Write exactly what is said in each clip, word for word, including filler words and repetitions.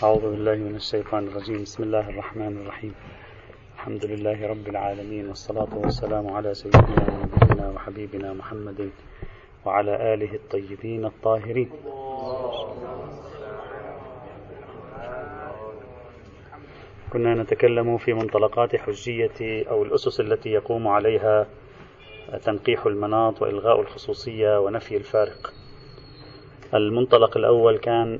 أعوذ بالله من الشيطان الرجيم. بسم الله الرحمن الرحيم. الحمد لله رب العالمين، والصلاة والسلام على سيدنا ونبينا وحبيبنا محمد وعلى آله الطيبين الطاهرين. كنا نتكلم في منطلقات حجية أو الأسس التي يقوم عليها تنقيح المناط وإلغاء الخصوصية ونفي الفارق. المنطلق الأول كان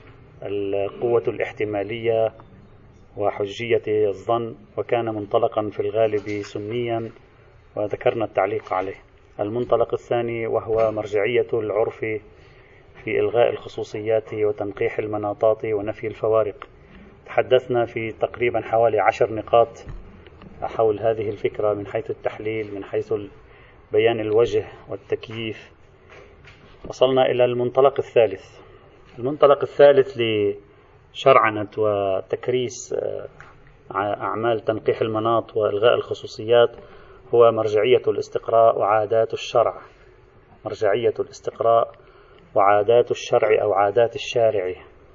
القوة الاحتمالية وحجية الظن، وكان منطلقا في الغالب سنيا وذكرنا التعليق عليه. المنطلق الثاني وهو مرجعية العرف في إلغاء الخصوصيات وتنقيح المناطات ونفي الفوارق. تحدثنا في تقريبا حوالي عشر نقاط حول هذه الفكرة من حيث التحليل، من حيث بيان الوجه والتكييف. وصلنا إلى المنطلق الثالث. المنطلق الثالث لشرعنة وتكريس أعمال تنقيح المناط وإلغاء الخصوصيات هو مرجعية الاستقراء وعادات الشرع. مرجعية الاستقراء وعادات الشرع أو عادات الشارع.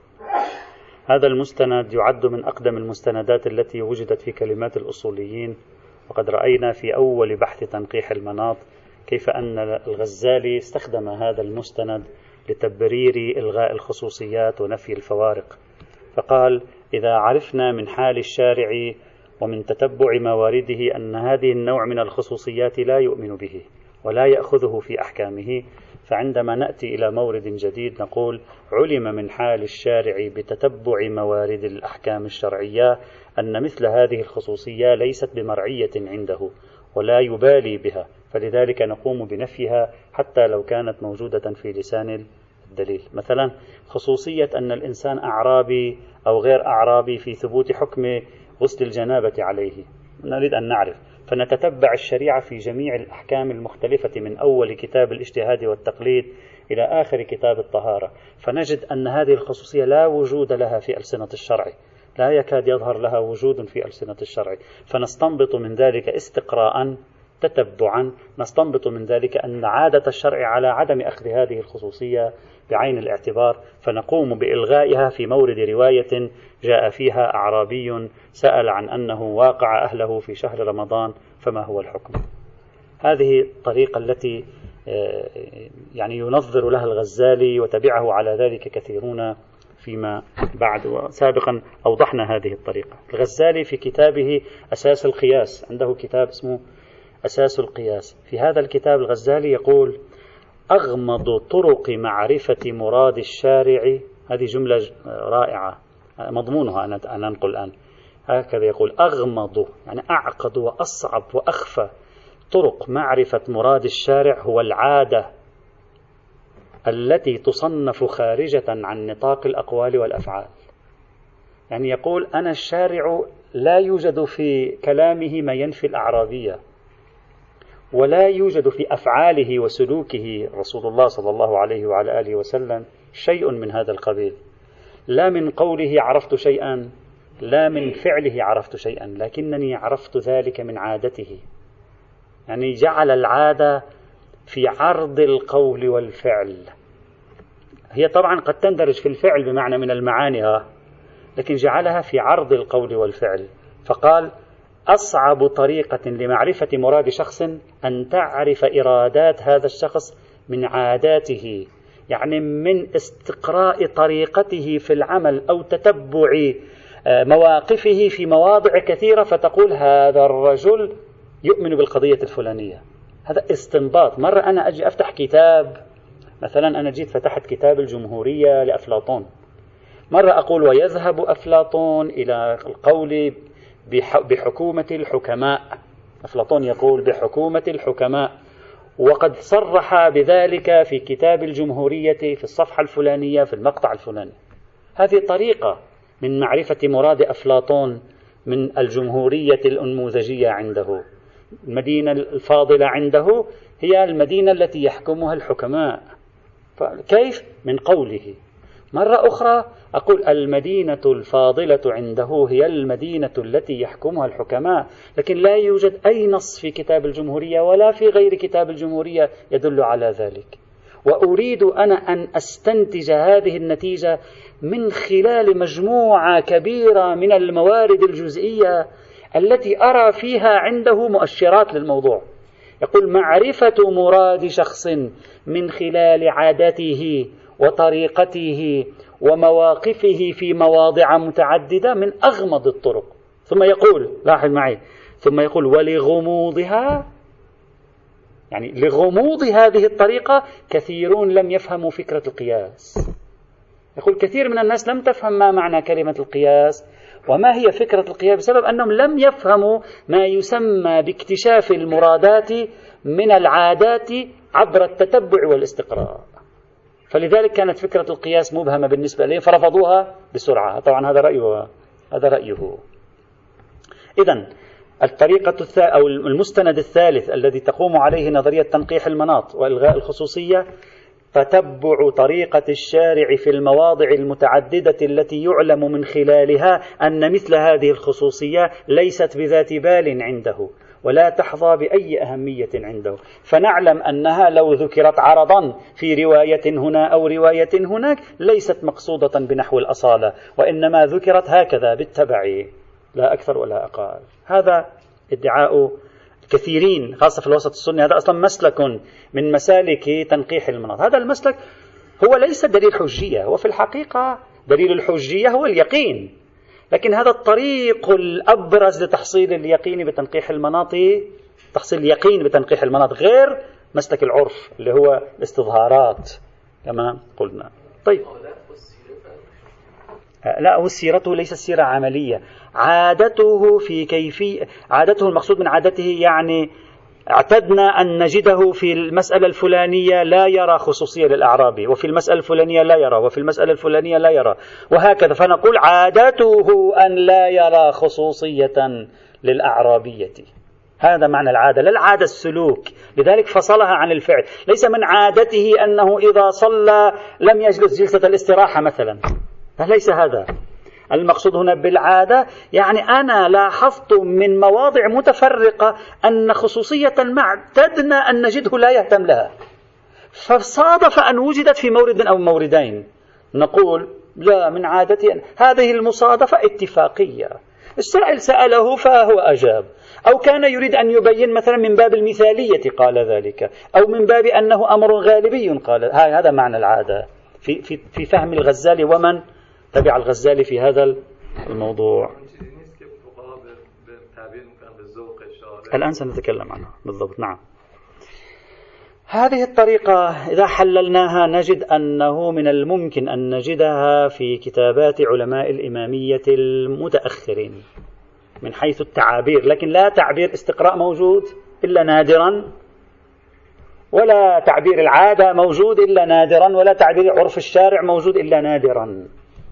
هذا المستند يعد من أقدم المستندات التي وجدت في كلمات الأصوليين، وقد رأينا في أول بحث تنقيح المناط كيف أن الغزالي استخدم هذا المستند لتبرير إلغاء الخصوصيات ونفي الفوارق. فقال: إذا عرفنا من حال الشارع ومن تتبع موارده أن هذه النوع من الخصوصيات لا يؤمن به ولا يأخذه في أحكامه، فعندما نأتي إلى مورد جديد نقول: علم من حال الشارع بتتبع موارد الأحكام الشرعية أن مثل هذه الخصوصية ليست بمرعية عنده ولا يبالي بها، فلذلك نقوم بنفيها حتى لو كانت موجودة في لسان الدليل. مثلا خصوصية أن الإنسان أعرابي أو غير أعرابي في ثبوت حكم غسل الجنابة عليه، نريد أن نعرف، فنتتبع الشريعة في جميع الأحكام المختلفة من أول كتاب الاجتهاد والتقليد إلى آخر كتاب الطهارة، فنجد أن هذه الخصوصية لا وجود لها في ألسنة الشرع، لا يكاد يظهر لها وجود في ألسنة الشرع. فنستنبط من ذلك استقراء تتبعا، نستنبط من ذلك أن عادة الشرع على عدم أخذ هذه الخصوصية بعين الاعتبار، فنقوم بإلغائها في مورد رواية جاء فيها أعرابي سأل عن أنه واقع أهله في شهر رمضان فما هو الحكم. هذه الطريقة التي يعني ينظر لها الغزالي وتبعه على ذلك كثيرون فيما بعد، وسابقا أوضحنا هذه الطريقة. الغزالي في كتابه أساس القياس، عنده كتاب اسمه أساس القياس. في هذا الكتاب الغزالي يقول: أغمض طرق معرفة مراد الشارع، هذه جملة رائعة مضمونها أنا أنا أنقل الآن، هكذا يقول: أغمض يعني أعقد وأصعب وأخفى طرق معرفة مراد الشارع هو العادة التي تصنف خارجة عن نطاق الأقوال والأفعال. يعني يقول أنا الشارع لا يوجد في كلامه ما ينفي الأعرابية، ولا يوجد في أفعاله وسلوكه رسول الله صلى الله عليه وعلى آله وسلم شيء من هذا القبيل. لا من قوله عرفت شيئا، لا من فعله عرفت شيئا، لكنني عرفت ذلك من عادته. يعني جعل العادة في عرض القول والفعل. هي طبعا قد تندرج في الفعل بمعنى من المعاني، لكن جعلها في عرض القول والفعل. فقال: أصعب طريقة لمعرفة مراد شخص أن تعرف إرادات هذا الشخص من عاداته، يعني من استقراء طريقته في العمل أو تتبع مواقفه في مواضع كثيرة، فتقول هذا الرجل يؤمن بالقضية الفلانية. هذا استنباط. مرة أنا أجي أفتح كتاب، مثلا أنا جيت فتحت كتاب الجمهورية لأفلاطون، مرة أقول ويذهب أفلاطون إلى القول بحكومة الحكماء. أفلاطون يقول بحكومة الحكماء، وقد صرح بذلك في كتاب الجمهورية في الصفحة الفلانية في المقطع الفلاني. هذه طريقة من معرفة مراد أفلاطون من الجمهورية الأنموذجية عنده. المدينة الفاضلة عنده هي المدينة التي يحكمها الحكماء. كيف؟ من قوله. مرة أخرى أقول المدينة الفاضلة عنده هي المدينة التي يحكمها الحكماء، لكن لا يوجد أي نص في كتاب الجمهورية ولا في غير كتاب الجمهورية يدل على ذلك. وأريد أنا أن أستنتج هذه النتيجة من خلال مجموعة كبيرة من الموارد الجزئية التي أرى فيها عنده مؤشرات للموضوع. يقول معرفة مراد شخص من خلال عادته وطريقته ومواقفه في مواضع متعددة من أغمض الطرق. ثم يقول، لاحظ معي، ثم يقول ولغموضها، يعني لغموض هذه الطريقة كثيرون لم يفهموا فكرة القياس. يقول كثير من الناس لم تفهم ما معنى كلمة القياس وما هي فكرة القياس بسبب أنهم لم يفهموا ما يسمى باكتشاف المرادات من العادات عبر التتبع والاستقراء. فلذلك كانت فكرة القياس مبهمة بالنسبة لهم فرفضوها بسرعة. طبعا هذا رأيه هذا رأيه. إذن الطريقة الث... أو المستند الثالث الذي تقوم عليه نظرية تنقيح المناط وإلغاء الخصوصية تتبع طريقة الشارع في المواضع المتعددة التي يعلم من خلالها أن مثل هذه الخصوصية ليست بذات بال عنده ولا تحظى بأي أهمية عنده، فنعلم أنها لو ذكرت عرضا في رواية هنا أو رواية هناك ليست مقصودة بنحو الأصالة، وإنما ذكرت هكذا بالتبع لا أكثر ولا أقل. هذا ادعاء كثيرين خاصة في الوسط السني، هذا أصلا مسلك من مسالك تنقيح المناط. هذا المسلك هو ليس دليل حجية، هو في الحقيقة دليل الحجية هو اليقين، لكن هذا الطريق الأبرز لتحصيل اليقين بتنقيح المناط، تحصيل اليقين بتنقيح المناط، غير مسلك العرف اللي هو الاستظهارات كما قلنا. طيب لا، هو سيرته ليست سيرة عملية، عادته في كيفية، عادته المقصود من عادته يعني اعتدنا أن نجده في المسألة الفلانية لا يرى خصوصية للأعرابي، وفي المسألة الفلانية لا يرى، وفي المسألة الفلانية لا يرى، وهكذا. فنقول عادته أن لا يرى خصوصية للأعرابية. هذا معنى العادة، لا العادة السلوك، لذلك فصلها عن الفعل. ليس من عادته أنه إذا صلى لم يجلس جلسة الاستراحة مثلا، ليس هذا المقصود هنا بالعادة. يعني أنا لاحظت من مواضع متفرقة أن خصوصية ما اعتدنا أن نجده لا يهتم لها، فصادف أن وجدت في مورد أو موردين، نقول لا، من عادتي أن هذه المصادفة اتفاقية. السائل سأله فهو أجاب، أو كان يريد أن يبين مثلا من باب المثالية قال ذلك، أو من باب أنه أمر غالبي قال. هذا معنى العادة في, في, في فهم الغزالي ومن تبع الغزالي في هذا الموضوع. الآن سنتكلم عنها بالضبط. نعم، هذه الطريقة إذا حللناها نجد أنه من الممكن أن نجدها في كتابات علماء الإمامية المتأخرين من حيث التعابير، لكن لا تعبير استقراء موجود إلا نادرا، ولا تعبير العادة موجود إلا نادرا، ولا تعبير عرف الشارع موجود إلا نادرا.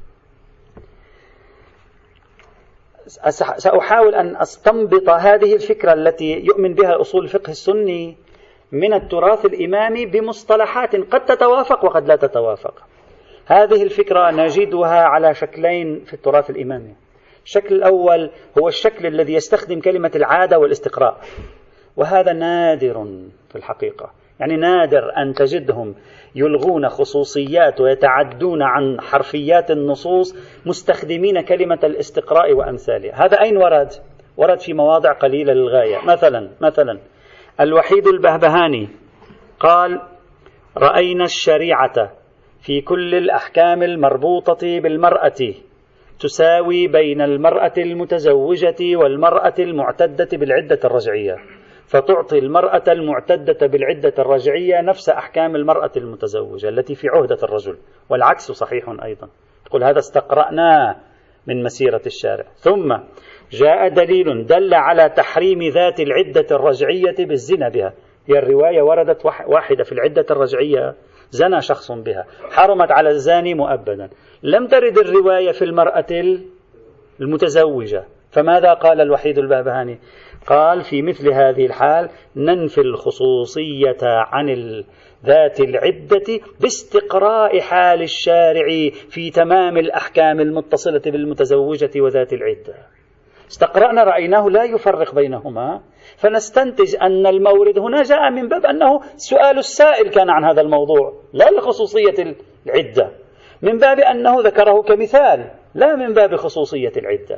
سأحاول أن أستنبط هذه الفكرة التي يؤمن بها أصول الفقه السني من التراث الإمامي بمصطلحات قد تتوافق وقد لا تتوافق. هذه الفكرة نجدها على شكلين في التراث الإمامي. الشكل الأول هو الشكل الذي يستخدم كلمة العادة والاستقراء، وهذا نادر في الحقيقة، يعني نادر أن تجدهم يلغون خصوصيات ويتعدون عن حرفيات النصوص مستخدمين كلمة الاستقراء وأمثالها. هذا أين ورد؟ ورد في مواضع قليلة للغاية. مثلا مثلا الوحيد البهبهاني قال: رأينا الشريعة في كل الأحكام المربوطة بالمرأة تساوي بين المرأة المتزوجة والمرأة المعتدة بالعدة الرجعية، فتعطي المرأة المعتدة بالعدة الرجعية نفس أحكام المرأة المتزوجة التي في عهدة الرجل، والعكس صحيح أيضا. تقول هذا استقرأناه من مسيرة الشارع. ثم جاء دليل دل على تحريم ذات العدة الرجعية بالزنا بها. هي الرواية وردت واحدة في العدة الرجعية زنى شخص بها، حرمت على الزاني مؤبدا. لم ترد الرواية في المرأة المتزوجة. فماذا قال الوحيد البهبهاني؟ قال في مثل هذه الحال ننفي الخصوصية عن ذات العدة باستقراء حال الشارع في تمام الأحكام المتصلة بالمتزوجة وذات العدة. استقرأنا رأيناه لا يفرق بينهما، فنستنتج أن المورد هنا جاء من باب أنه سؤال السائل كان عن هذا الموضوع لا لخصوصية العدة، من باب أنه ذكره كمثال لا من باب خصوصية العدة.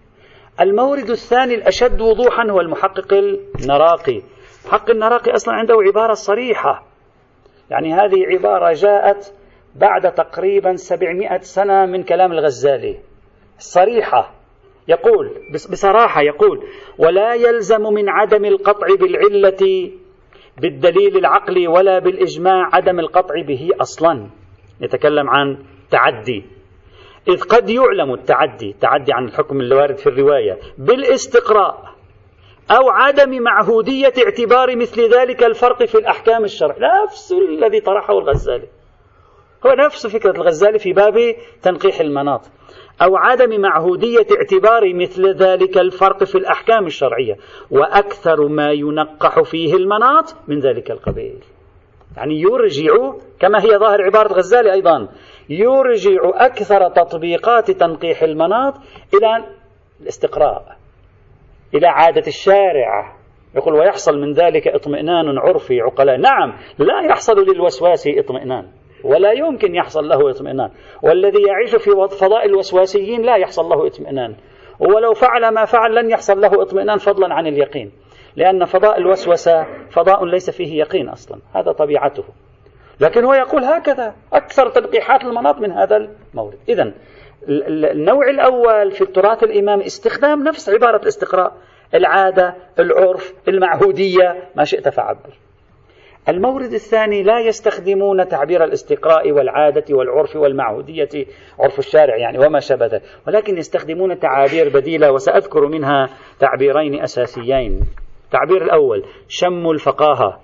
المورد الثاني الأشد وضوحا هو المحقق النراقي. محقق النراقي أصلا عنده عبارة صريحة، يعني هذه عبارة جاءت بعد تقريبا سبعمائة سنة من كلام الغزالي صريحة، يقول بصراحة يقول: ولا يلزم من عدم القطع بالعلة بالدليل العقلي ولا بالإجماع عدم القطع به أصلا. يتكلم عن تعدي، إذ قد يعلم التعدي تعدي عن الحكم الوارد في الرواية بالاستقراء أو عدم معهودية اعتبار مثل ذلك الفرق في الأحكام الشرعية. نفس الذي طرحه الغزالي، هو نفس فكرة الغزالي في باب تنقيح المناط، أو عدم معهودية اعتبار مثل ذلك الفرق في الأحكام الشرعية، وأكثر ما ينقح فيه المناط من ذلك القبيل. يعني يرجع كما هي ظاهر عبارة الغزالي أيضا، يرجع أكثر تطبيقات تنقيح المناط إلى الاستقراء، إلى عادة الشارع. يقول: ويحصل من ذلك اطمئنان عرفي عقلاء. نعم، لا يحصل للوسواس اطمئنان، ولا يمكن يحصل له اطمئنان، والذي يعيش في فضاء الوسواسيين لا يحصل له اطمئنان، ولو فعل ما فعل لن يحصل له اطمئنان فضلا عن اليقين، لأن فضاء الوسوسة فضاء ليس فيه يقين أصلا، هذا طبيعته. لكن هو يقول هكذا أكثر تنقيحات المناط من هذا المورد. إذن النوع الأول في التراث الإمامي استخدام نفس عبارة الاستقراء، العادة، العرف، المعهودية، ما شئت فعبر. المورد الثاني لا يستخدمون تعبير الاستقراء والعادة والعرف والمعهودية، عرف الشارع يعني وما شابه ذلك، ولكن يستخدمون تعابير بديلة، وسأذكر منها تعبيرين أساسيين. التعبير الأول شم الفقاهة.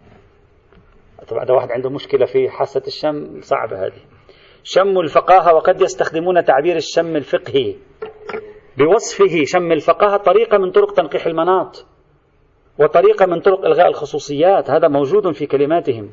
طبعا ده واحد عنده مشكلة في حاسة الشم صعبة هذه. شم الفقاهة، وقد يستخدمون تعبير الشم الفقهي بوصفه. شم الفقاهة طريقة من طرق تنقيح المناط، وطريقة من طرق إلغاء الخصوصيات، هذا موجود في كلماتهم.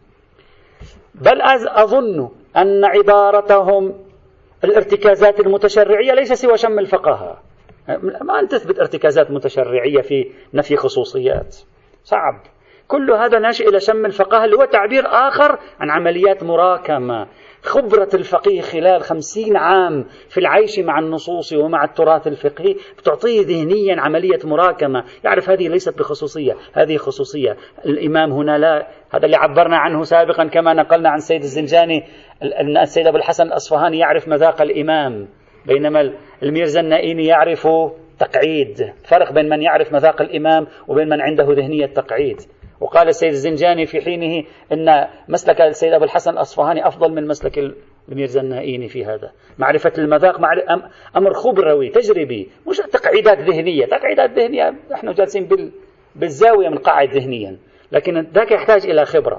بل أظن أن عبارتهم الارتكازات المتشرعية ليس سوى شم الفقاهة. ما أن تثبت ارتكازات متشرعية في نفي خصوصيات، صعب. كل هذا ناشئ إلى شم الفقاهة، اللي هو تعبير آخر عن عمليات مراكمة. خبرة الفقيه خلال خمسين عام في العيش مع النصوص ومع التراث الفقهي بتعطيه ذهنيا عملية مراكمة، يعرف هذه ليست بخصوصية، هذه خصوصية. الإمام هنا لا، هذا اللي عبرنا عنه سابقا كما نقلنا عن سيد الزنجاني، السيد أبو الحسن الأصفهاني يعرف مذاق الإمام، بينما الميرزا النائيني يعرف تقعيد. فرق بين من يعرف مذاق الإمام وبين من عنده ذهنية تقعيد. وقال السيد الزنجاني في حينه أن مسلك السيد أبو الحسن الأصفهاني أفضل من مسلك الميرزا النائيني في هذا. معرفة المذاق أمر خبروي تجربي، مش تقعيدات ذهنية. تقعيدات ذهنية نحن جالسين بالزاوية من قاعد ذهنيا، لكن ذاك يحتاج إلى خبرة.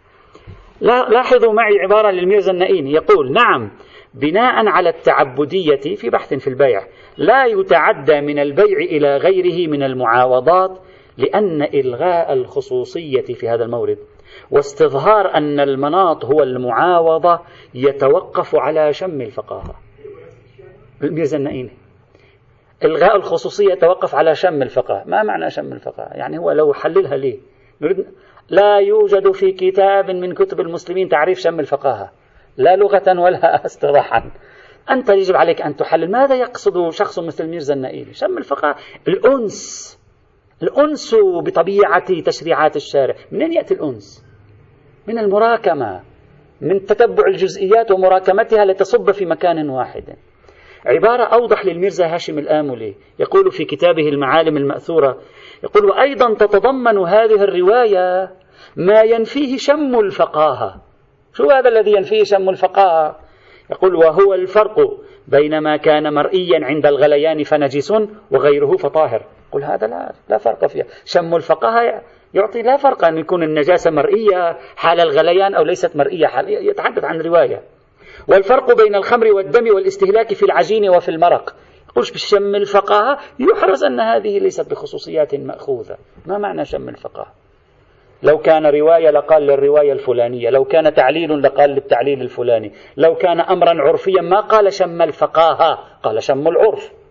لاحظوا معي عبارة للميرزا النائيني، يقول: نعم، بناء على التعبدية في بحث في البيع لا يتعدى من البيع إلى غيره من المعاوضات، لأن إلغاء الخصوصية في هذا المورد واستظهار أن المناط هو المعاوضة يتوقف على شم الفقاهة. الميرزا النائيني: إلغاء الخصوصية يتوقف على شم الفقاهة. ما معنى شم الفقاهة؟ يعني هو لو حللها لي، لا يوجد في كتاب من كتب المسلمين تعريف شم الفقاهة، لا لغة ولا اصطلاحا. أنت يجب عليك أن تحلل ماذا يقصد شخص مثل الميرزا النائيني. شم الفقاهة الأنس، الأنس بطبيعة تشريعات الشارع. منين يأتي الأنس؟ من المراكمة، من تتبع الجزئيات ومراكمتها لتصب في مكان واحد. عبارة أوضح للميرزا هاشم الآملي، يقول في كتابه المعالم المأثورة، يقول: وأيضا تتضمن هذه الرواية ما ينفيه شم الفقاهة. شو هذا الذي ينفيه شم الفقاهة؟ يقول: وهو الفرق بين ما كان مرئيا عند الغليان فنجس وغيره فطاهر. قل هذا لا, لا فرق فيها. شم الفقاهة يعطي لا فرق أن يكون النجاسة مرئية حال الغليان أو ليست مرئية حال، يتحدث عن رواية. والفرق بين الخمر والدم والاستهلاك في العجين وفي المرق. قلش بشم الفقاهة يحرز أن هذه ليست بخصوصيات مأخوذة. ما معنى شم الفقاهة؟ لو كان رواية لقال للرواية الفلانية، لو كان تعليل لقال للتعليل الفلاني، لو كان أمرا عرفيا ما قال شم الفقاهة، قال شم العرف.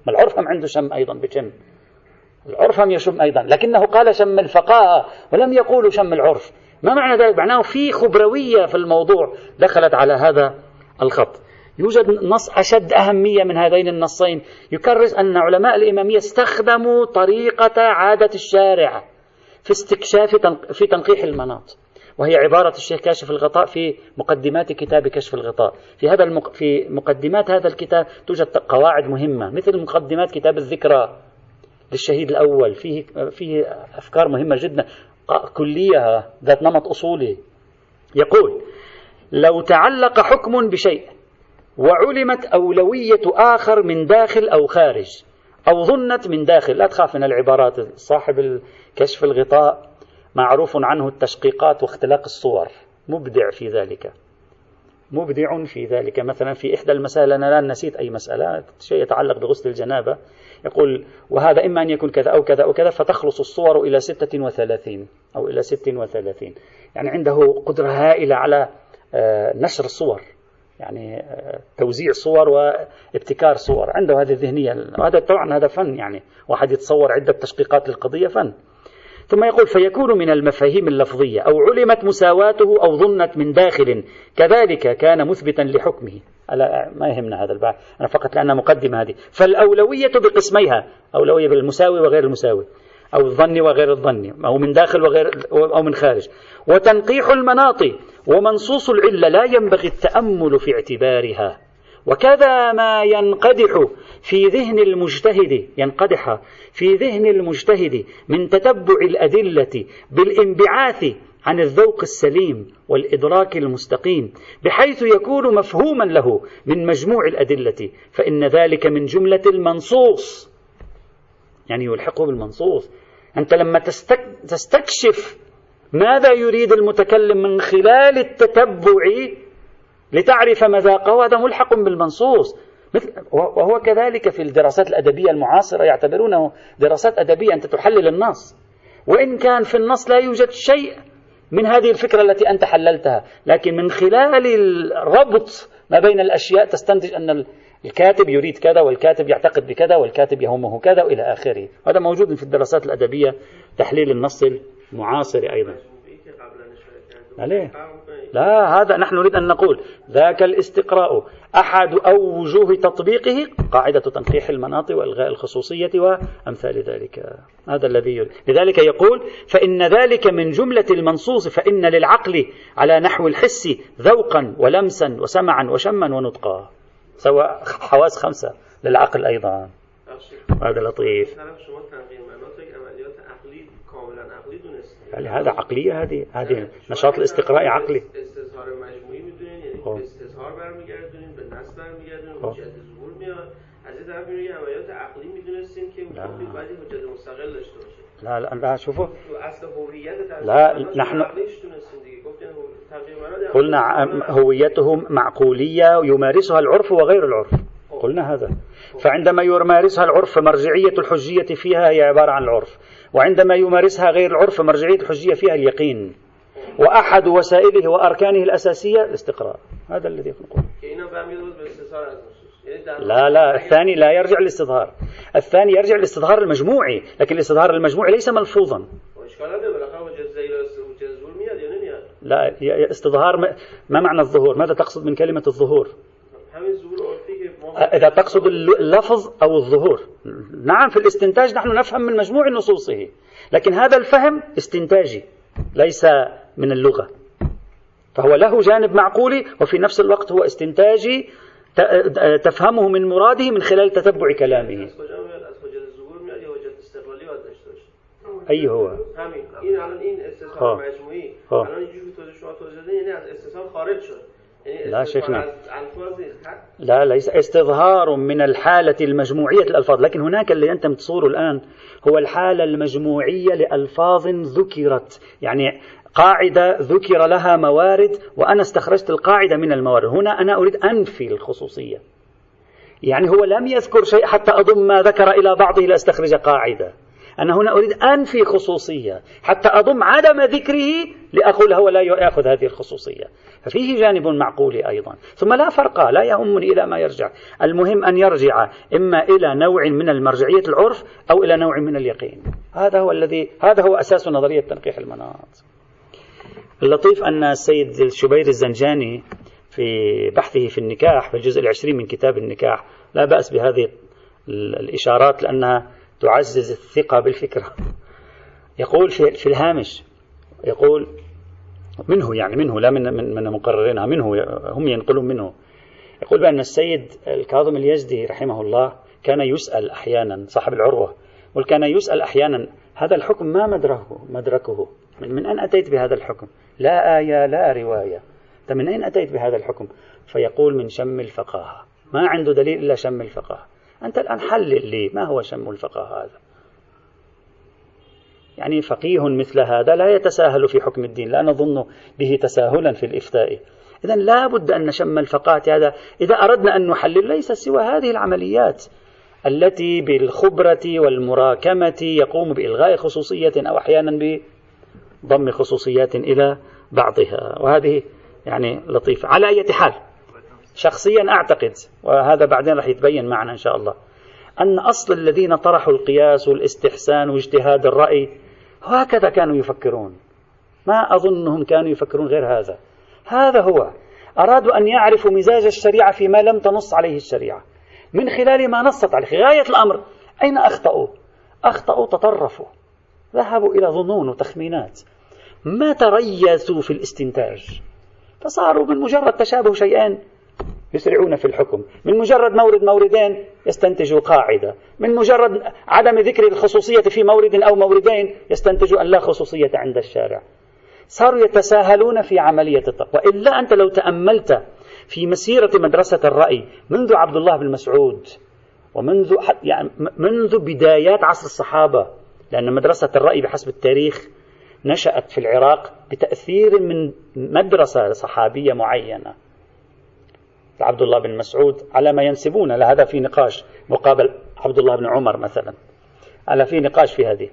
ما العرف هم عنده شم أيضا بشم، العرف هم يشم أيضا، لكنه قال شم الفقاهة ولم يقول شم العرف. ما معنى ذلك؟ معناه في خبروية في الموضوع دخلت على هذا الخط. يوجد نص أشد أهمية من هذين النصين يكرس أن علماء الإمامية استخدموا طريقة عادة الشارع في استكشاف في تنقيح المناط، وهي عبارة الشيخ كاشف الغطاء في مقدمات كتاب كشف الغطاء. في هذا المق... في مقدمات هذا الكتاب توجد قواعد مهمة مثل مقدمات كتاب الذكرى للشهيد الأول، فيه فيه أفكار مهمة جدا كلية ذات نمط أصولي. يقول: لو تعلق حكم بشيء وعلمت أولوية آخر من داخل أو خارج، أو ظنت من داخل، لا تخاف من العبارات، صاحب الكشف الغطاء معروف عنه التشقيقات واختلاق الصور، مبدع في ذلك، مبدع في ذلك. مثلا في إحدى المسائل، أنا لا نسيت أي مسألة، شيء يتعلق بغسل الجنابة، يقول: وهذا إما أن يكون كذا أو كذا أو كذا، فتخلص الصور إلى ستة وثلاثين أو إلى ست وثلاثين. يعني عنده قدرة هائلة على نشر الصور، يعني توزيع صور وابتكار صور، عنده هذه الذهنية. هذا طبعا هذا فن، يعني واحد يتصور عدة تشقيقات للقضية، فن. ثم يقول: فيكون من المفاهيم اللفظية أو علمت مساواته أو ظنت من داخل، كذلك كان مثبتا لحكمه. ألا ما يهمنا هذا البعض، أنا فقط لأنها مقدمة هذه. فالأولوية بقسميها: أولوية بالمساوي وغير المساوي، أو الظني وغير الظني، أو من داخل وغير أو من خارج. وتنقيح المناط ومنصوص العلة لا ينبغي التأمل في اعتبارها. وكذا ما ينقدح في ذهن المجتهد ينقدح في ذهن المجتهد من تتبع الأدلة بالانبعاث عن الذوق السليم والإدراك المستقيم، بحيث يكون مفهوما له من مجموع الأدلة، فإن ذلك من جملة المنصوص. يعني يلحقه بالمنصوص. أنت لما تستكشف ماذا يريد المتكلم من خلال التتبع لتعرف مذاقه، هذا ملحق بالمنصوص. وهو كذلك في الدراسات الأدبية المعاصرة، يعتبرونه دراسات أدبية، أنت تحلل النص، وإن كان في النص لا يوجد شيء من هذه الفكرة التي أنت حللتها، لكن من خلال الربط ما بين الأشياء تستنتج أن الكاتب يريد كذا، والكاتب يعتقد بكذا، والكاتب يهمه كذا، وإلى آخره. هذا موجود في الدراسات الأدبية، تحليل النص المعاصر أيضا. عليه. لا، هذا نحن نريد أن نقول ذاك الاستقراء أحد أوجه تطبيقه قاعدة تنقيح المناط وإلغاء الخصوصية وأمثال ذلك. هذا الذي يريد. لذلك يقول: فإن ذلك من جملة المنصوص، فإن للعقل على نحو الحس ذوقا ولمسا وسمعا وشما ونطقا، سواء حواس خمسة للعقل أيضا. هذا لطيف. يعني هذا عقلية، هذه هذه نشاط الاستقراء عقلي. استظهار مجموعی می‌دونین، استظهار برمیگردونین، به نص برمیگردونین، حجت ظهور میاد. از این طرف می‌بینید عملیات عقلی می‌دونستیم که ممکن بعضی حجت مستقل داشته باشه. لا لا لا شوفوا. اصل هویت لا نحن قلنا هويتهم معقولية يمارسها العرف وغير العرف، قلنا هذا. فعندما يمارسها العرف مرجعية الحجية فيها هي عبارة عن العرف، وعندما يمارسها غير العرف مرجعية الحجية فيها اليقين، وأحد وسائله وأركانه الأساسية الاستقراء. هذا الذي نقول. لا لا، الثاني لا يرجع للاستظهار، الثاني يرجع للاستظهار المجموعي، لكن الاستظهار المجموعي ليس ملفوظا. لا، استظهار ما معنى الظهور؟ ماذا تقصد من كلمة الظهور؟ إذا تقصد اللفظ أو الظهور، نعم في الاستنتاج نحن نفهم من مجموع نصوصه، لكن هذا الفهم استنتاجي ليس من اللغة، فهو له جانب معقولي وفي نفس الوقت هو استنتاجي تفهمه من مراده من خلال تتبع كلامه. أي هو؟ این الان این استظهار مجموعی الان اینجوری که شما توضیح دادین یعنی از استظهار خارج شد. لا شيخنا، لا ليس استظهار من الحالة المجموعية للألفاظ، لكن هناك اللي أنت متصوره الآن هو الحالة المجموعية لألفاظ ذكرت، يعني قاعدة ذكر لها موارد وأنا استخرجت القاعدة من الموارد. هنا أنا أريد أنفي الخصوصية، يعني هو لم يذكر شيء حتى أضم ما ذكر إلى بعضه لأستخرج قاعدة. أنا هنا أريد أنفي خصوصية حتى أضم عدم ذكره لأقول هو لا يأخذ هذه الخصوصية، ففيه جانب معقول أيضا. ثم لا فرق، لا يهمني إلى ما يرجع، المهم أن يرجع إما إلى نوع من المرجعية العرف أو إلى نوع من اليقين. هذا هو الذي هذا هو أساس نظرية تنقيح المناط. اللطيف أن السيد الشبير الزنجاني في بحثه في النكاح في الجزء العشرين من كتاب النكاح، لا بأس بهذه الإشارات لأنها تعزز الثقة بالفكرة، يقول في, في الهامش، يقول منه يعني منه لا من, من, من مقررينها، منه هم ينقلون منه، يقول بأن السيد الكاظم اليزدي رحمه الله كان يسأل أحيانا صاحب العروة، وكان يسأل أحيانا هذا الحكم ما مدركه مدركه من, من أين أتيت بهذا الحكم؟ لا آية لا رواية، من أين أتيت بهذا الحكم؟ فيقول من شم الفقاهة، ما عنده دليل إلا شم الفقاهة. أنت الآن حلل لي ما هو شم الفقاهة هذا؟ يعني فقيه مثل هذا لا يتساهل في حكم الدين، لا نظن به تساهلا في الإفتاء. إذن لا بد أن نشم الفقاهة هذا إذا أردنا أن نحلل ليس سوى هذه العمليات التي بالخبرة والمراكمة يقوم بإلغاء خصوصية أو أحيانا بضم خصوصيات إلى بعضها، وهذه يعني لطيفة. على أي حال شخصيا أعتقد، وهذا بعدين رح يتبين معنا إن شاء الله، أن أصل الذين طرحوا القياس والاستحسان واجتهاد الرأي هكذا كانوا يفكرون، ما أظنهم كانوا يفكرون غير هذا. هذا هو، أرادوا أن يعرفوا مزاج الشريعة فيما لم تنص عليه الشريعة من خلال ما نصت عليه. غاية الأمر أين أخطأوا؟ أخطأوا تطرفوا، ذهبوا إلى ظنون وتخمينات، ما تريثوا في الاستنتاج، فصاروا من مجرد تشابه شيئين يسرعون في الحكم، من مجرد مورد موردين يستنتجوا قاعدة، من مجرد عدم ذكر الخصوصية في مورد أو موردين يستنتجوا أن لا خصوصية عند الشارع. صاروا يتساهلون في عملية التقوى. إلا أنت لو تأملت في مسيرة مدرسة الرأي منذ عبد الله بن مسعود ومنذ يعني منذ بدايات عصر الصحابة، لأن مدرسة الرأي بحسب التاريخ نشأت في العراق بتأثير من مدرسة صحابية معينة، عبد الله بن مسعود على ما ينسبون لهذا في نقاش، مقابل عبد الله بن عمر مثلا، على في نقاش في هذه.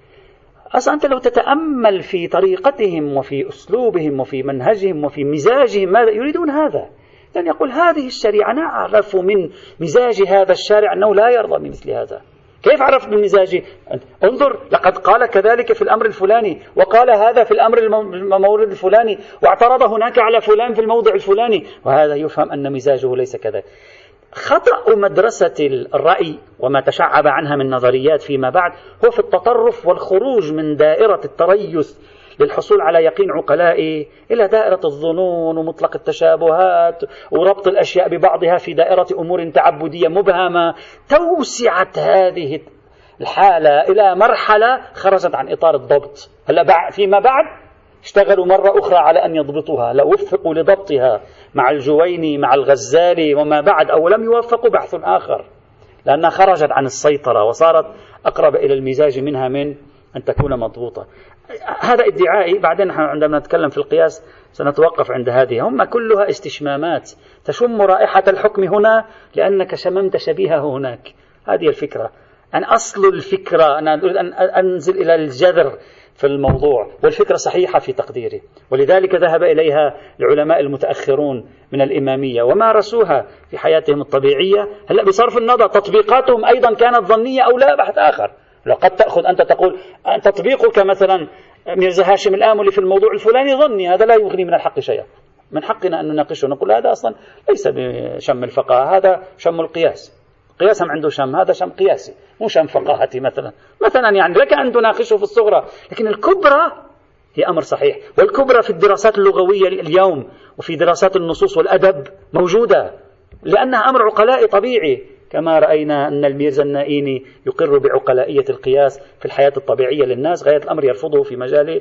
أصلا أنت لو تتأمل في طريقتهم وفي أسلوبهم وفي منهجهم وفي مزاجهم ماذا يريدون هذا، لأن يقول هذه الشريعة نعرف من مزاج هذا الشارع أنه لا يرضى بمثل هذا. كيف عرفت من مزاجه؟ انظر، لقد قال كذلك في الأمر الفلاني، وقال هذا في الأمر المورد الفلاني، واعترض هناك على فلان في الموضع الفلاني، وهذا يفهم أن مزاجه ليس كذا. خطأ مدرسة الرأي وما تشعب عنها من نظريات فيما بعد هو في التطرف والخروج من دائرة التريث للحصول على يقين عقلائي إلى دائرة الظنون ومطلق التشابهات وربط الأشياء ببعضها في دائرة أمور تعبدية مبهمة. توسعت هذه الحالة إلى مرحلة خرجت عن إطار الضبط. هلا فيما بعد اشتغلوا مرة أخرى على أن يضبطوها، لا وفقوا لضبطها مع الجويني مع الغزالي وما بعد، أو لم يوفقوا بحث آخر، لأنها خرجت عن السيطرة وصارت أقرب إلى المزاج منها من أن تكون مضبوطة. هذا ادعائي. بعدين عندما نتكلم في القياس سنتوقف عند هذه، هم كلها استشمامات تشم رائحة الحكم هنا لأنك شممت شبيهه هناك. هذه الفكرة، أن أصل الفكرة أنا أريد أن أنزل إلى الجذر في الموضوع، والفكرة صحيحة في تقديري، ولذلك ذهب إليها العلماء المتأخرون من الإمامية ومارسوها في حياتهم الطبيعية. هلأ بصرف النظر تطبيقاتهم أيضا كانت ظنية أو لا بحث آخر. لو قد تأخذ أنت تقول تطبيقك مثلا ميرزا هاشم الآملي في الموضوع الفلاني ظني، هذا لا يغني من الحق شيئا، من حقنا أن نناقشه، نقول هذا أصلا ليس بشم الفقاهة، هذا شم القياس، قياسهم عنده شم، هذا شم قياسي مو شم فقاهتي مثلا مثلا يعني لك أن تناقشه في الصغرى، لكن الكبرى هي أمر صحيح. والكبرى في الدراسات اللغوية اليوم وفي دراسات النصوص والأدب موجودة، لأنها أمر عقلائي طبيعي، كما رأينا أن الميرزا النائيني يقر بعقلائية القياس في الحياة الطبيعية للناس، غاية الأمر يرفضه في مجال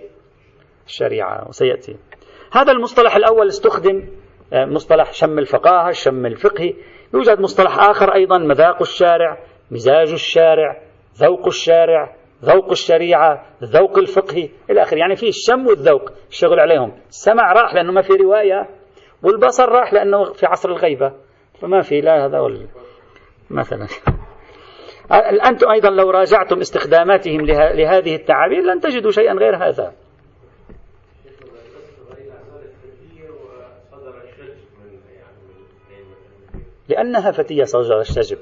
الشريعة وسيأتي. هذا المصطلح الأول استخدم، مصطلح شم الفقاهة، الشم الفقهي. يوجد مصطلح آخر أيضا، مذاق الشارع، مزاج الشارع، ذوق الشارع، ذوق الشريعة، الذوق الفقهي إلى آخره. يعني فيه الشم والذوق الشغل عليهم. السمع راح لأنه ما في رواية، والبصر راح لأنه في عصر الغيبة، فما في لا هذا وال... مثلا. أنتم أيضا لو راجعتم استخداماتهم له... لهذه التعابير لن تجدوا شيئا غير هذا. لأنها فتية صجر الشجب.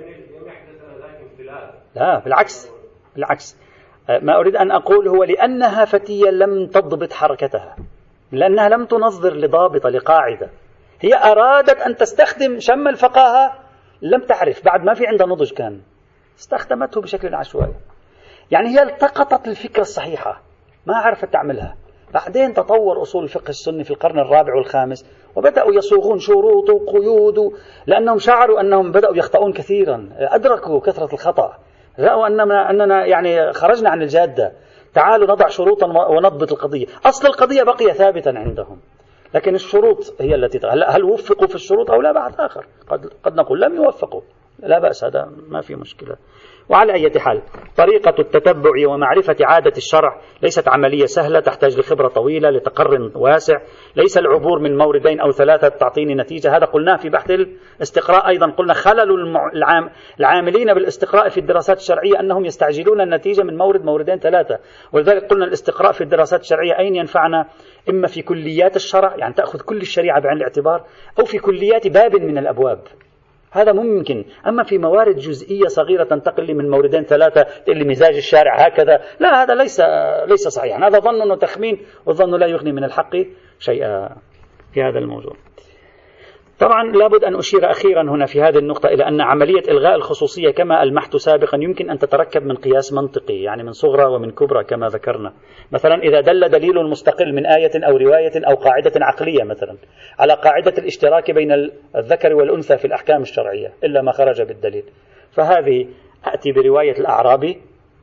لا بالعكس، بالعكس ما أريد أن أقول هو لأنها فتية لم تضبط حركتها، لأنها لم تنظر لضابطة لقاعدة، هي أرادت أن تستخدم شم الفقاهة، لم تعرف بعد، ما في عندها نضج، كان استخدمته بشكل عشوائي. يعني هي التقطت الفكرة الصحيحة ما عرفت تعملها. بعدين تطور أصول الفقه السني في القرن الرابع والخامس وبدأوا يصوغون شروط وقيود، لأنهم شعروا أنهم بدأوا يخطئون كثيرا، أدركوا كثرة الخطأ، رأوا أننا, أننا يعني خرجنا عن الجادة، تعالوا نضع شروطا ونضبط القضية. أصل القضية بقي ثابتا عندهم، لكن الشروط هي التي تغير. هل وفقوا في الشروط أو لا بعد آخر، قد, قد نقول لم يوفقوا، لا بأس، هذا ما في مشكلة. وعلى أي حال طريقة التتبع ومعرفة عادة الشرع ليست عملية سهلة، تحتاج لخبرة طويلة، لتقرن واسع، ليس العبور من موردين أو ثلاثة تعطيني نتيجة. هذا قلناه في بحث الاستقراء أيضا، قلنا خلل العام العاملين بالاستقراء في الدراسات الشرعية أنهم يستعجلون النتيجة من مورد موردين ثلاثة، ولذلك قلنا الاستقراء في الدراسات الشرعية أين ينفعنا؟ إما في كليات الشرع، يعني تأخذ كل الشريعة بعين الاعتبار، أو في كليات باب من الأبواب، هذا ممكن. أما في موارد جزئية صغيرة تنتقل لي من موردين ثلاثة تقول لي مزاج الشارع هكذا، لا هذا ليس ليس صحيح، هذا ظن وتخمين، والظن لا يغني من الحق شيئا في هذا الموضوع. طبعا لابد أن أشير أخيرا هنا في هذه النقطة إلى أن عملية إلغاء الخصوصية كما ألمحت سابقا يمكن أن تتركب من قياس منطقي، يعني من صغرى ومن كبرى كما ذكرنا. مثلا إذا دل دليل مستقل من آية أو رواية أو قاعدة عقلية مثلا على قاعدة الاشتراك بين الذكر والأنثى في الأحكام الشرعية إلا ما خرج بالدليل، فهذه أتي برواية الأعرابي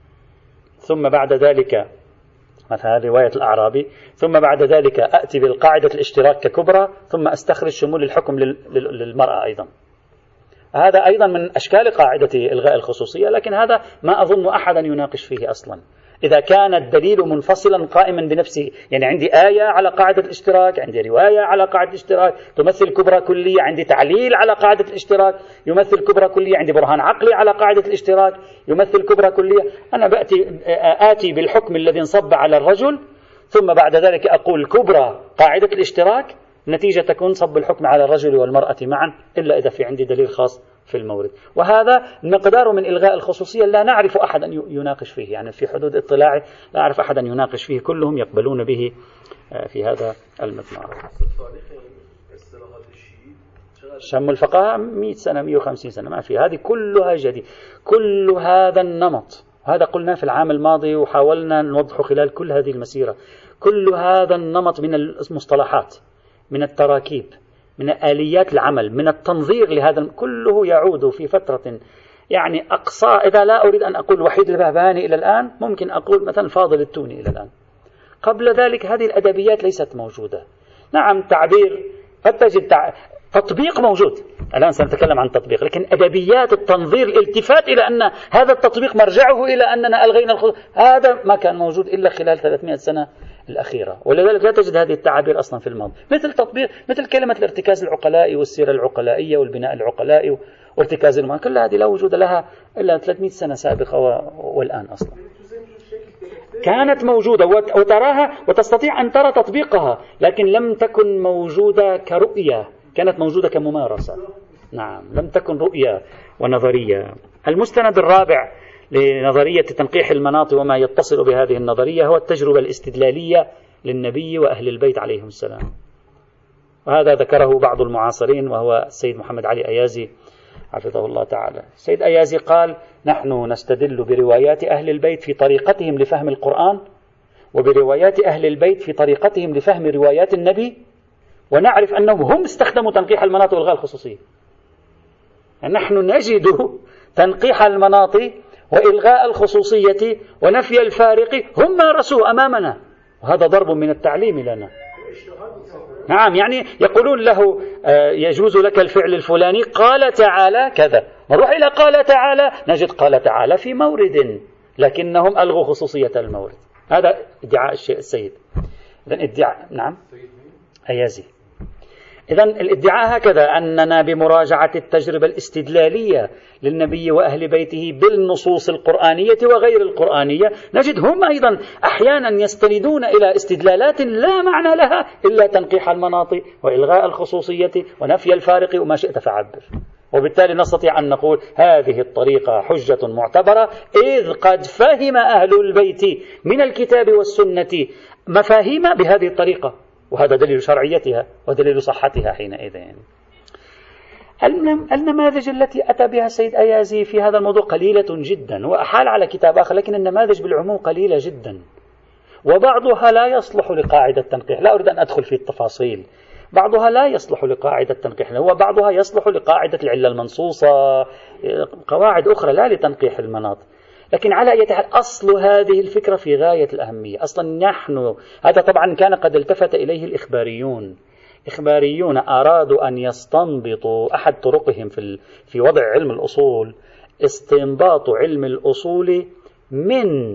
ثم بعد ذلك مثلا رواية الأعرابي ثم بعد ذلك أأتي بالقاعدة الاشتراك ككبرى ثم أستخرج شمول الحكم للمرأة أيضا. هذا أيضا من أشكال قاعدة إلغاء الخصوصية، لكن هذا ما أظن أحدا يناقش فيه أصلا. إذا كان الدليل منفصلا قائما بنفسه، يعني عندي آية على قاعدة الاشتراك، عندي رواية على قاعدة الاشتراك تمثل كبرى كلية، عندي تعليل على قاعدة الاشتراك يمثل كبرى كلية، عندي برهان عقلي على قاعدة الاشتراك يمثل كبرى كلية، أنا بأتي آتي بالحكم الذي انصب على الرجل ثم بعد ذلك أقول كبرى قاعدة الاشتراك، نتيجة تكون صب الحكم على الرجل والمرأة معا، إلا إذا في عندي دليل خاص في المورد. وهذا مقدار من إلغاء الخصوصية لا نعرف أحدا يناقش فيه، يعني في حدود اطلاعي لا أعرف أحدا يناقش فيه، كلهم يقبلون به في هذا المضمار. شم الفقهاء مئة سنة مئة وخمسين سنة ما في، هذه كلها جديد، كل هذا النمط، هذا قلنا في العام الماضي وحاولنا نوضحه خلال كل هذه المسيرة، كل هذا النمط من المصطلحات، من التراكيب، من آليات العمل، من التنظير لهذا كله يعود في فترة يعني أقصى، إذا لا أريد أن أقول وحيد البهبهاني إلى الآن، ممكن أقول مثلا فاضل التوني إلى الآن. قبل ذلك هذه الأدبيات ليست موجودة. نعم تعبير قد تجد تع... تطبيق موجود، الآن سنتكلم عن تطبيق، لكن أدبيات التنظير الالتفات إلى أن هذا التطبيق مرجعه إلى أننا ألغينا الخصوص، هذا ما كان موجود إلا خلال ثلاثمائة سنة الأخيرة، ولذلك لا تجد هذه التعابير أصلا في الماضي، مثل تطبيق مثل كلمة الارتكاز العقلائي والسيرة العقلائية والبناء العقلائي وارتكاز المال، كل هذه لا وجود لها إلا ثلاثمائة سنة سابقة والآن أصلا كانت موجودة وتراها وتستطيع أن ترى تطبيقها، لكن لم تكن موجودة كرؤية، كانت موجودة كممارسة. نعم لم تكن رؤية ونظرية. المستند الرابع لنظرية تنقيح المناط وما يتصل بهذه النظرية هو التجربة الاستدلالية للنبي وأهل البيت عليهم السلام، وهذا ذكره بعض المعاصرين وهو السيد محمد علي أيازي حفظه الله تعالى. السيد أيازي قال: نحن نستدل بروايات أهل البيت في طريقتهم لفهم القرآن وبروايات أهل البيت في طريقتهم لفهم روايات النبي، ونعرف أنهم هم استخدموا تنقيح المناط والغاء الخصوصية. نحن نجد تنقيح المناط وإلغاء الخصوصية ونفي الفارق هم مارسوه أمامنا، وهذا ضرب من التعليم لنا. نعم يعني يقولون له يجوز لك الفعل الفلاني، قال تعالى كذا، نروح إلى قال تعالى نجد قال تعالى في مورد، لكنهم ألغوا خصوصية المورد. هذا ادعاء الشيء السيد. إذن ادعاء نعم أيازي إذن الادعاء هكذا أننا بمراجعة التجربة الاستدلالية للنبي وأهل بيته بالنصوص القرآنية وغير القرآنية نجد هم أيضا أحيانا يستندون إلى استدلالات لا معنى لها إلا تنقيح المناط وإلغاء الخصوصية ونفي الفارق وما شئت فعبر. وبالتالي نستطيع أن نقول هذه الطريقة حجة معتبرة، إذ قد فهم أهل البيت من الكتاب والسنة مفاهيم بهذه الطريقة، وهذا دليل شرعيتها ودليل صحتها حينئذ. النماذج التي أتى بها السيد أيازي في هذا الموضوع قليلة جدا، وأحال على كتاب آخر، لكن النماذج بالعموم قليلة جدا، وبعضها لا يصلح لقاعدة التنقيح. لا أريد أن أدخل في التفاصيل. بعضها لا يصلح لقاعدة التنقيح، وبعضها يصلح لقاعدة العلة المنصوصة، قواعد أخرى لا لتنقيح المناط. لكن على أي حال أصل هذه الفكرة في غاية الأهمية. أصلا نحن هذا طبعا كان قد التفت إليه الإخباريون. إخباريون أرادوا أن يستنبطوا أحد طرقهم في في وضع علم الأصول استنباط علم الأصول من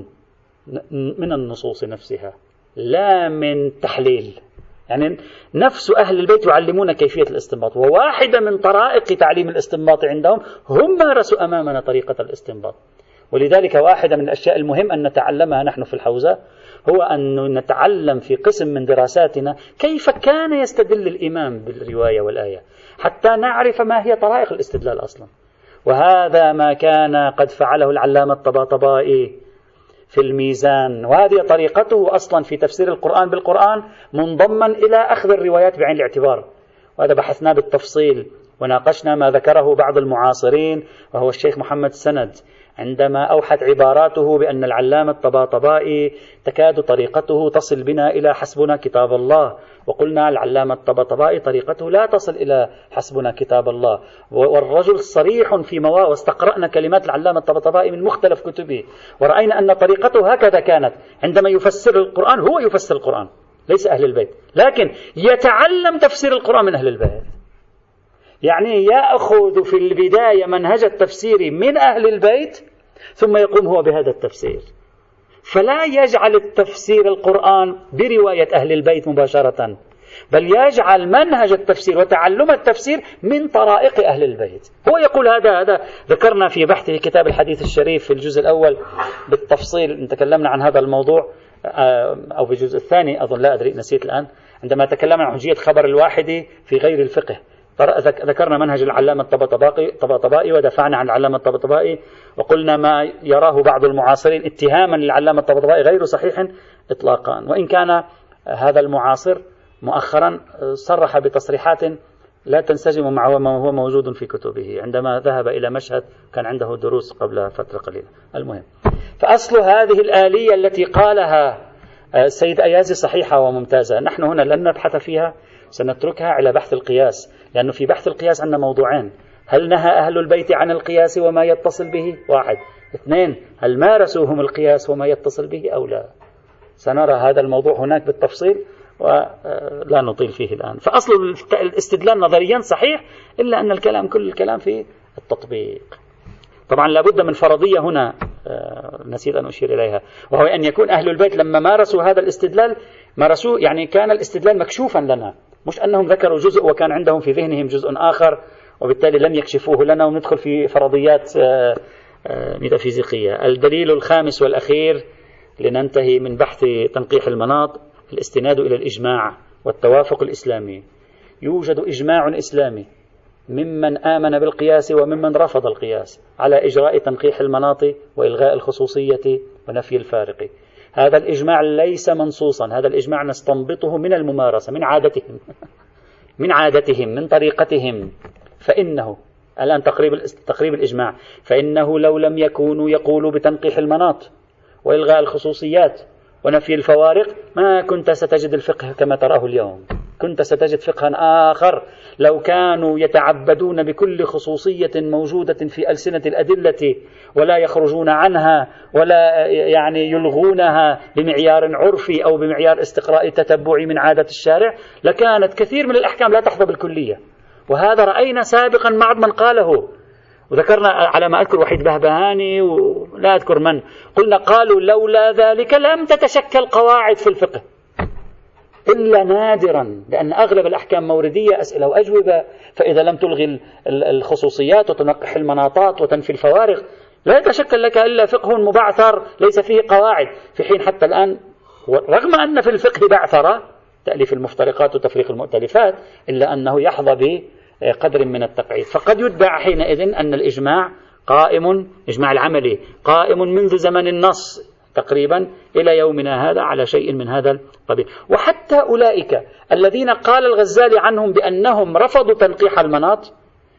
من النصوص نفسها لا من تحليل. يعني نفس أهل البيت يعلمون كيفية الاستنباط، وواحدة من طرائق تعليم الاستنباط عندهم هم مارسوا أمامنا طريقة الاستنباط. ولذلك واحدة من الأشياء المهم أن نتعلمها نحن في الحوزة هو أن نتعلم في قسم من دراساتنا كيف كان يستدل الإمام بالرواية والآية، حتى نعرف ما هي طرائق الاستدلال أصلا. وهذا ما كان قد فعله العلامة الطباطبائي في الميزان، وهذه طريقته أصلا في تفسير القرآن بالقرآن منضما إلى أخذ الروايات بعين الاعتبار. وهذا بحثنا بالتفصيل وناقشنا ما ذكره بعض المعاصرين، وهو الشيخ محمد سند عندما أوحت عباراته بأن العلامة الطباطبائي تكاد طريقته تصل بنا إلى حسبنا كتاب الله، وقلنا العلامة الطباطبائي طريقته لا تصل إلى حسبنا كتاب الله، والرجل صريح في مواء، واستقرأنا كلمات العلامة الطباطبائي من مختلف كتبه ورأينا أن طريقته هكذا كانت. عندما يفسر القرآن هو يفسر القرآن ليس أهل البيت، لكن يتعلم تفسير القرآن من أهل البيت. يعني يأخذ في البداية منهج التفسير من أهل البيت ثم يقوم هو بهذا التفسير، فلا يجعل التفسير القرآن برواية أهل البيت مباشرة، بل يجعل منهج التفسير وتعلم التفسير من طرائق أهل البيت. هو يقول هذا هذا ذكرنا في بحثه كتاب الحديث الشريف في الجزء الأول بالتفصيل، تكلمنا عن هذا الموضوع، أو في الجزء الثاني أظن، لا أدري نسيت الآن، عندما تكلمنا عن حجية خبر الواحد في غير الفقه. ذكرنا منهج العلامة الطباطبائي ودفعنا عن العلامة الطباطبائي، وقلنا ما يراه بعض المعاصرين اتهاما للعلامة الطباطبائي غير صحيح إطلاقا، وإن كان هذا المعاصر مؤخرا صرح بتصريحات لا تنسجم مع ما هو موجود في كتبه عندما ذهب إلى مشهد كان عنده دروس قبل فترة قليلة. المهم، فأصل هذه الآلية التي قالها السيد أيازي صحيحة وممتازة، نحن هنا لن نبحث فيها، سنتركها على بحث القياس، لأنه في بحث القياس عندنا موضوعين: هل نهى أهل البيت عن القياس وما يتصل به؟ واحد. اثنين، هل مارسوهم القياس وما يتصل به أو لا؟ سنرى هذا الموضوع هناك بالتفصيل ولا نطيل فيه الآن. فأصل الاستدلال نظريا صحيح، إلا أن الكلام كل الكلام في التطبيق. طبعا لابد من فرضية هنا نسيت أن أشير إليها، وهو أن يكون أهل البيت لما مارسوا هذا الاستدلال مارسوه يعني كان الاستدلال مكشوفا لنا، مش أنهم ذكروا جزء وكان عندهم في ذهنهم جزء آخر وبالتالي لم يكشفوه لنا وندخل في فرضيات ميتافيزيقية. الدليل الخامس والأخير لننتهي من بحث تنقيح المناط: الاستناد إلى الإجماع والتوافق الإسلامي. يوجد إجماع إسلامي ممن آمن بالقياس وممن رفض القياس على إجراء تنقيح المناط وإلغاء الخصوصية ونفي الفارق. هذا الإجماع ليس منصوصا، هذا الإجماع نستنبطه من الممارسة، من عادتهم من عادتهم من طريقتهم. فإنه الآن تقريب تقريب الإجماع، فإنه لو لم يكونوا يقولوا بتنقيح المناط وإلغاء الخصوصيات ونفي الفوارق ما كنت ستجد الفقه كما تراه اليوم، كنت ستجد فقها آخر لو كانوا يتعبدون بكل خصوصية موجودة في ألسنة الأدلة ولا يخرجون عنها ولا يعني يلغونها بمعيار عرفي أو بمعيار استقراء تتبعي من عادة الشارع، لكانت كثير من الأحكام لا تحظى بالكلية. وهذا رأينا سابقا مع من قاله، وذكرنا على ما أذكر وحيد بهبهاني ولا أذكر من، قلنا قالوا لولا ذلك لم تتشكل قواعد في الفقه. إلا نادرا، لأن أغلب الأحكام موردية أسئلة وأجوبة، فإذا لم تلغي الخصوصيات وتنقح المناطات وتنفي الفوارق لا يتشكل لك إلا فقه مبعثر ليس فيه قواعد، في حين حتى الآن رغم أن في الفقه بعثرة تأليف المفترقات وتفريق المؤتلفات إلا أنه يحظى بقدر من التقعيد. فقد يدعى حينئذ أن الإجماع قائم، إجماع العملي قائم منذ زمن النص تقريبا إلى يومنا هذا على شيء من هذا القبيل. وحتى أولئك الذين قال الغزالي عنهم بأنهم رفضوا تنقيح المناط،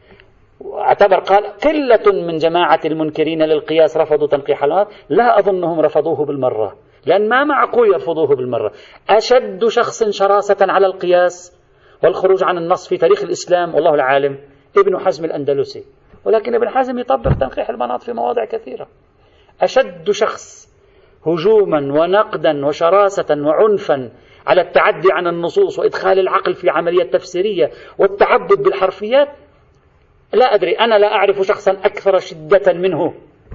اعتبر قال قلة من جماعة المنكرين للقياس رفضوا تنقيح المناط، لا أظنهم رفضوه بالمرة، لأن ما معقول يرفضوه بالمرة. أشد شخص شراسة على القياس والخروج عن النص في تاريخ الإسلام والله العالم ابن حزم الأندلسي، ولكن ابن حزم يطبق تنقيح المناط في مواضع كثيرة. أشد شخص هجوما ونقدا وشراسة وعنفا على التعدي عن النصوص وإدخال العقل في عملية تفسيرية والتعبد بالحرفيات، لا أدري، أنا لا أعرف شخصا أكثر شدة منه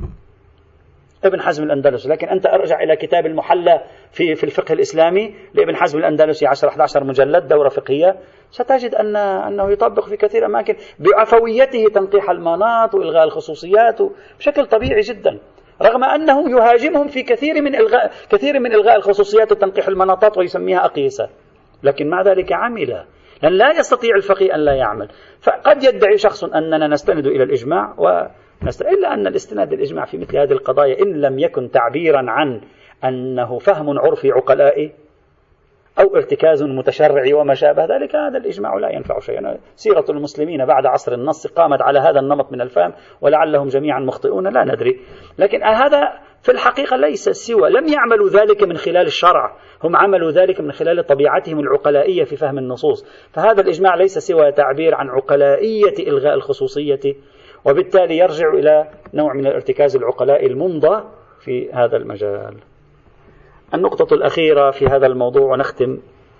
ابن حزم الأندلسي. لكن أنت أرجع إلى كتاب المحلى في في الفقه الإسلامي لابن حزم الأندلسي عشرة أحد عشر مجلد دورة فقهية، ستجد أن أنه يطبق في كثير أماكن بعفويته تنقيح المناط وإلغاء الخصوصيات بشكل طبيعي جدا، رغم أنه يهاجمهم في كثير من إلغاء كثير من إلغاء الخصوصيات وتنقيح المناطات ويسميها أقيسة، لكن مع ذلك عمل، لأن لا يستطيع الفقيه أن لا يعمل. فقد يدعي شخص أننا نستند إلى الإجماع ونست... إلا أن الاستناد الإجماع في مثل هذه القضايا إن لم يكن تعبيرا عن أنه فهم عرفي عقلائي أو ارتكاز متشرعي وما شابه ذلك، هذا الإجماع لا ينفع شيئا. سيرة المسلمين بعد عصر النص قامت على هذا النمط من الفهم، ولعلهم جميعا مخطئون لا ندري، لكن هذا في الحقيقة ليس سوى لم يعملوا ذلك من خلال الشرع، هم عملوا ذلك من خلال طبيعتهم العقلائية في فهم النصوص. فهذا الإجماع ليس سوى تعبير عن عقلائية إلغاء الخصوصية، وبالتالي يرجع إلى نوع من الارتكاز العقلائي الممضى في هذا المجال. النقطة الأخيرة في هذا الموضوع ونختم: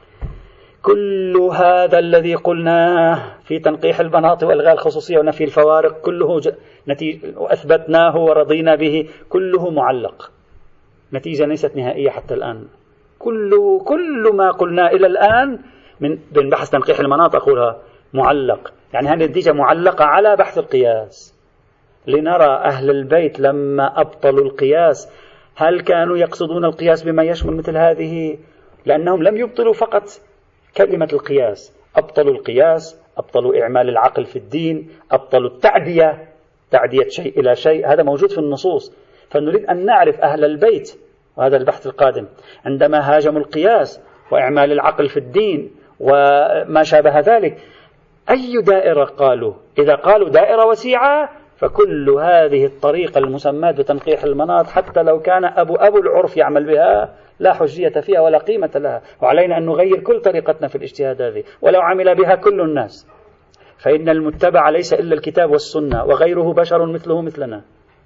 كل هذا الذي قلناه في تنقيح المناط وإلغاء الخصوصية ونفي الفوارق كله نتيجة وأثبتناه ورضينا به، كله معلق، نتيجة ليست نهائية حتى الآن. كله كل ما قلنا إلى الآن من من بحث تنقيح المناط أقولها معلق، يعني هذه النتيجة معلقة على بحث القياس. لنرى أهل البيت لما أبطلوا القياس هل كانوا يقصدون القياس بما يشمل مثل هذه؟ لأنهم لم يبطلوا فقط كلمة القياس، أبطلوا القياس، أبطلوا إعمال العقل في الدين، أبطلوا التعدية، تعدية شيء إلى شيء، هذا موجود في النصوص. فنريد أن نعرف أهل البيت، وهذا البحث القادم، عندما هاجموا القياس وإعمال العقل في الدين وما شابه ذلك، أي دائرة قالوا؟ إذا قالوا دائرة وسيعة فكل هذه الطريقة المسماة بتنقيح المناط حتى لو كان أبو أبو العرف يعمل بها لا حجية فيها ولا قيمة لها، وعلينا أن نغير كل طريقتنا في الاجتهاد هذه ولو عمل بها كل الناس، فإن المتبع ليس إلا الكتاب والسنة وغيره بشر مثله مثلنا.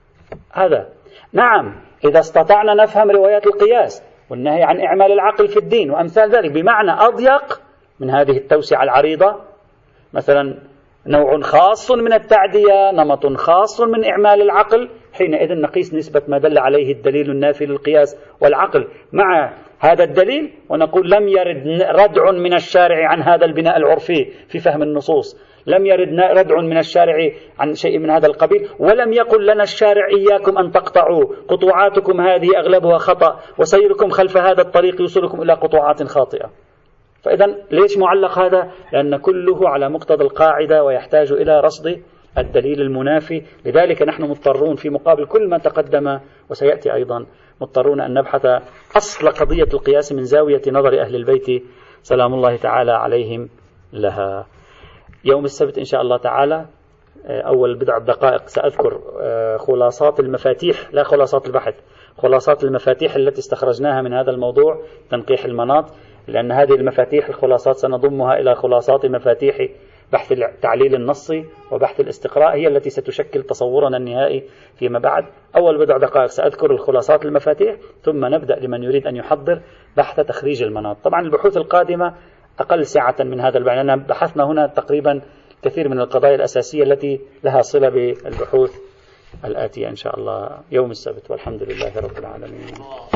هذا نعم إذا استطعنا نفهم روايات القياس والنهي عن إعمال العقل في الدين وأمثال ذلك بمعنى أضيق من هذه التوسعة العريضة، مثلا نوع خاص من التعدية، نمط خاص من إعمال العقل، حينئذ نقيس نسبة ما دل عليه الدليل النافي للقياس والعقل مع هذا الدليل ونقول لم يرد ردع من الشارع عن هذا البناء العرفي في فهم النصوص، لم يرد ردع من الشارع عن شيء من هذا القبيل، ولم يقل لنا الشارع إياكم أن تقطعوا، قطوعاتكم هذه أغلبها خطأ وسيركم خلف هذا الطريق يوصلكم إلى قطوعات خاطئة. فإذا ليش معلق هذا؟ لأن كله على مقتضى القاعدة ويحتاج إلى رصد الدليل المنافي. لذلك نحن مضطرون في مقابل كل ما تقدم وسيأتي أيضا مضطرون أن نبحث أصل قضية القياس من زاوية نظر أهل البيت سلام الله تعالى عليهم لها. يوم السبت إن شاء الله تعالى أول بضع دقائق سأذكر خلاصات المفاتيح، لا خلاصات البحث، خلاصات المفاتيح التي استخرجناها من هذا الموضوع تنقيح المناط، لأن هذه المفاتيح الخلاصات سنضمها إلى خلاصات مفاتيح بحث التعليل النصي وبحث الاستقراء، هي التي ستشكل تصورنا النهائي فيما بعد. أول بضع دقائق سأذكر الخلاصات المفاتيح، ثم نبدأ لمن يريد أن يحضر بحث تخريج المناط. طبعا البحوث القادمة أقل سعة من هذا البحث، لأن بحثنا هنا تقريبا كثير من القضايا الأساسية التي لها صلة بالبحوث الآتية إن شاء الله يوم السبت، والحمد لله رب العالمين.